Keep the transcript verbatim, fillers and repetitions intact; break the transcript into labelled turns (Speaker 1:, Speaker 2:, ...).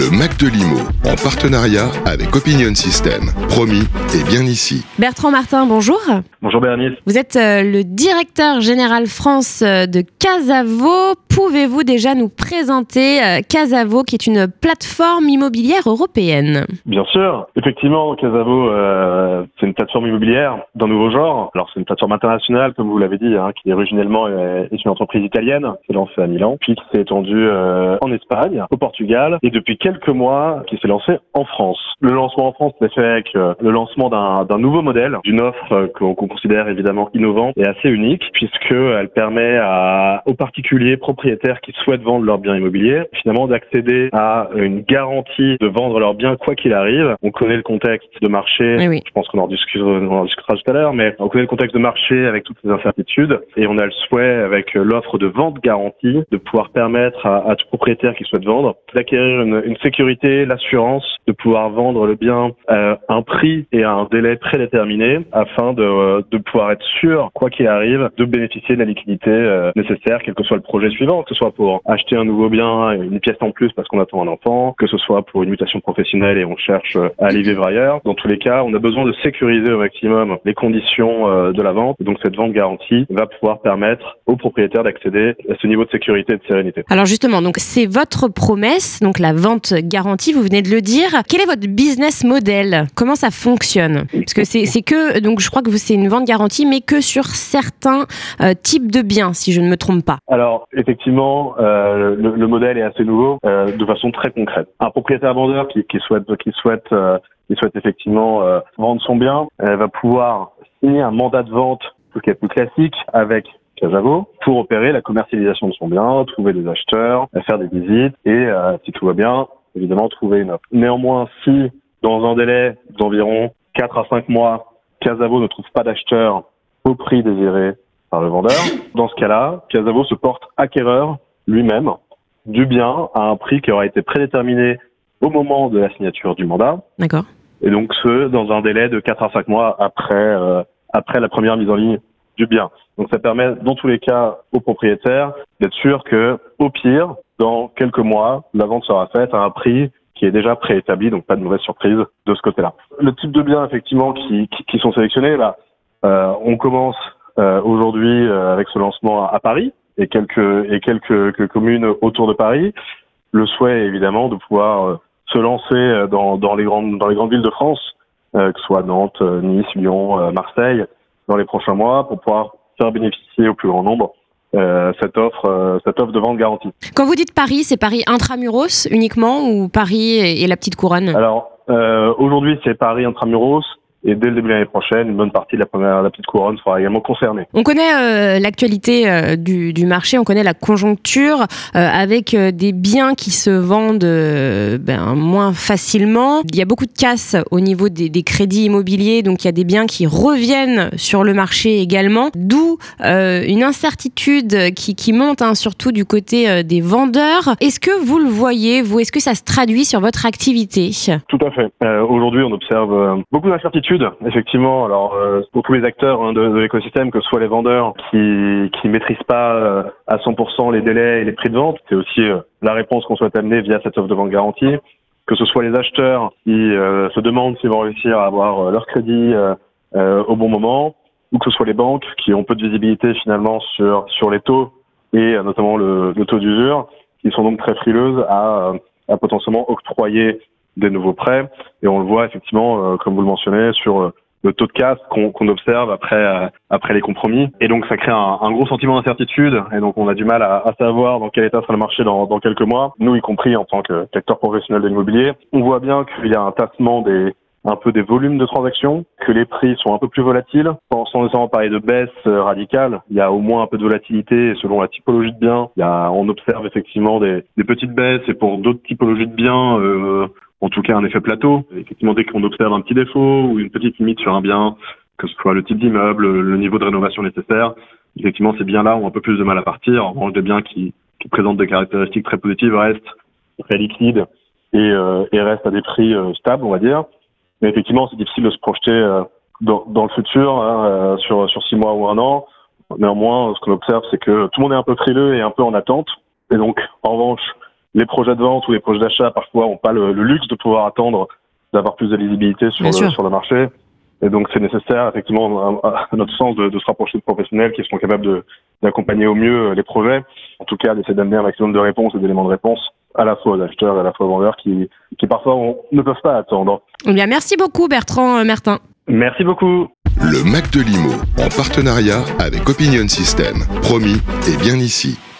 Speaker 1: Le Mac de Limo, en partenariat avec Opinion System. Promis, et bien ici.
Speaker 2: Bertrand Martin, bonjour.
Speaker 3: Bonjour Bérénice.
Speaker 2: Vous êtes euh, le directeur général France euh, de Casavo. Pouvez-vous déjà nous présenter euh, Casavo, qui est une plateforme immobilière européenne?
Speaker 3: Bien sûr. Effectivement, Casavo, euh, c'est une plateforme immobilière d'un nouveau genre. Alors, c'est une plateforme internationale, comme vous l'avez dit, hein, qui originellement est une entreprise italienne, qui s'est lancée à Milan, puis qui s'est étendue euh, en Espagne, au Portugal, et depuis quelques mois, qui s'est lancée en France. Le lancement en France s'est fait avec euh, le lancement d'un, d'un nouveau modèle, d'une offre euh, qu'on, qu'on considère évidemment innovante et assez unique, puisqu'elle permet à, aux particuliers propriétaires qui souhaitent vendre leurs biens immobiliers, finalement d'accéder à une garantie de vendre leurs biens quoi qu'il arrive. On connaît le contexte de marché,
Speaker 2: oui, oui.
Speaker 3: Je pense qu'on en discutera, on en discutera tout à l'heure, mais on connaît le contexte de marché avec toutes ces incertitudes, et on a le souhait, avec l'offre de vente garantie, de pouvoir permettre à, à tout propriétaire qui souhaite vendre d'acquérir une, une sécurité, l'assurance de pouvoir vendre le bien à un prix et à un délai prédéterminé, afin de, de pouvoir être sûr, quoi qu'il arrive, de bénéficier de la liquidité euh, nécessaire, quel que soit le projet suivant, que ce soit pour acheter un nouveau bien, une pièce en plus parce qu'on attend un enfant, que ce soit pour une mutation professionnelle et on cherche à aller vivre ailleurs. Dans tous les cas, on a besoin de sécuriser au maximum les conditions euh, de la vente. Donc cette vente garantie va pouvoir permettre aux propriétaires d'accéder à ce niveau de sécurité et de sérénité.
Speaker 2: Alors justement, donc c'est votre promesse, donc la vente garantie, vous venez de le dire. Quel est votre business model? Comment ça fonctionne? Parce que c'est, c'est que, donc je crois que c'est une vente garantie, mais que sur certains euh, types de biens, si je ne me trompe pas.
Speaker 3: Alors effectivement, euh, le, le modèle est assez nouveau, euh, de façon très concrète. Un propriétaire vendeur qui, qui souhaite, qui souhaite, euh, qui souhaite effectivement euh, vendre son bien, euh, va pouvoir signer un mandat de vente qui est plus classique avec Casavo pour opérer la commercialisation de son bien, trouver des acheteurs, faire des visites et, euh, si tout va bien, évidemment trouver une offre. Néanmoins, si dans un délai d'environ quatre à cinq mois, Casavo ne trouve pas d'acheteur au prix désiré par le vendeur, dans ce cas-là, Casavo se porte acquéreur lui-même du bien à un prix qui aura été prédéterminé au moment de la signature du mandat.
Speaker 2: D'accord.
Speaker 3: Et donc ce, dans un délai de quatre à cinq mois après, euh, après la première mise en ligne du bien. Donc ça permet, dans tous les cas, aux propriétaires d'être sûr que, au pire, dans quelques mois, la vente sera faite à un prix qui est déjà préétabli, donc pas de mauvaise surprise de ce côté-là. Le type de biens, effectivement, qui, qui, qui sont sélectionnés, là, euh, on commence euh, aujourd'hui euh, avec ce lancement à, à Paris et quelques, et quelques, quelques communes autour de Paris. Le souhait, évidemment, de pouvoir euh, se lancer dans, dans, les grandes, dans les grandes villes de France, euh, que ce soit Nantes, Nice, Lyon, euh, Marseille, dans les prochains mois, pour pouvoir faire bénéficier au plus grand nombre euh, cette offre, euh, cette offre de vente garantie.
Speaker 2: Quand vous dites Paris, c'est Paris intramuros uniquement ou Paris et, et la petite couronne?
Speaker 3: Alors, euh, aujourd'hui, c'est Paris intramuros. Et dès le début de l'année prochaine, une bonne partie de la première, la petite couronne sera également concernée.
Speaker 2: On connaît euh, l'actualité euh, du, du marché, on connaît la conjoncture euh, avec euh, des biens qui se vendent euh, ben, moins facilement. Il y a beaucoup de casse au niveau des, des crédits immobiliers, donc il y a des biens qui reviennent sur le marché également. D'où euh, une incertitude qui, qui monte, hein, surtout du côté euh, des vendeurs. Est-ce que vous le voyez, vous? Est-ce que ça se traduit sur votre activité?
Speaker 3: Tout à fait. Euh, aujourd'hui, on observe euh, beaucoup d'incertitudes. Effectivement, alors euh, pour tous les acteurs hein, de, de l'écosystème, que ce soit les vendeurs qui qui maîtrisent pas euh, à cent pour cent les délais et les prix de vente, c'est aussi euh, la réponse qu'on souhaite amener via cette offre de vente garantie. Que ce soit les acheteurs qui euh, se demandent s'ils vont réussir à avoir euh, leur crédit euh, euh, au bon moment, ou que ce soit les banques qui ont peu de visibilité finalement sur sur les taux et euh, notamment le, le taux d'usure, qui sont donc très frileuses à, à potentiellement octroyer des nouveaux prêts, et on le voit effectivement, euh, comme vous le mentionnez, sur euh, le taux de casse qu'on, qu'on observe après euh, après les compromis, et donc ça crée un, un gros sentiment d'incertitude, et donc on a du mal à, à savoir dans quel état sera le marché dans, dans quelques mois. Nous, y compris en tant que, qu'acteur professionnel de l'immobilier, on voit bien qu'il y a un tassement des un peu des volumes de transactions, que les prix sont un peu plus volatiles. Sans nécessairement parler de baisse radicale, il y a au moins un peu de volatilité selon la typologie de biens. Il y a, on observe effectivement des, des petites baisses, et pour d'autres typologies de biens, euh, en tout cas un effet plateau. Effectivement, dès qu'on observe un petit défaut ou une petite limite sur un bien, que ce soit le type d'immeuble, le niveau de rénovation nécessaire, effectivement ces biens-là ont un peu plus de mal à partir. En revanche, des biens qui, qui présentent des caractéristiques très positives restent très liquides et, euh, et restent à des prix euh, stables, on va dire. Mais effectivement, c'est difficile de se projeter euh, dans, dans le futur, hein, euh, sur, sur six mois ou un an. Néanmoins, ce qu'on observe, c'est que tout le monde est un peu frileux et un peu en attente. Et donc, en revanche, les projets de vente ou les projets d'achat parfois n'ont pas le, le luxe de pouvoir attendre d'avoir plus de visibilité sur, le, sur le marché. Et donc c'est nécessaire effectivement à, à notre sens de, de se rapprocher de professionnels qui sont capables de, d'accompagner au mieux les projets, en tout cas d'essayer d'amener un maximum de réponses et d'éléments de réponse à la fois aux acheteurs et à la fois aux vendeurs qui, qui parfois on, ne peuvent pas attendre.
Speaker 2: Eh bien, merci beaucoup Bertrand Mertin.
Speaker 3: Merci beaucoup.
Speaker 1: Le Mac de l'I M O en partenariat avec Opinion System. Promis, et bien ici.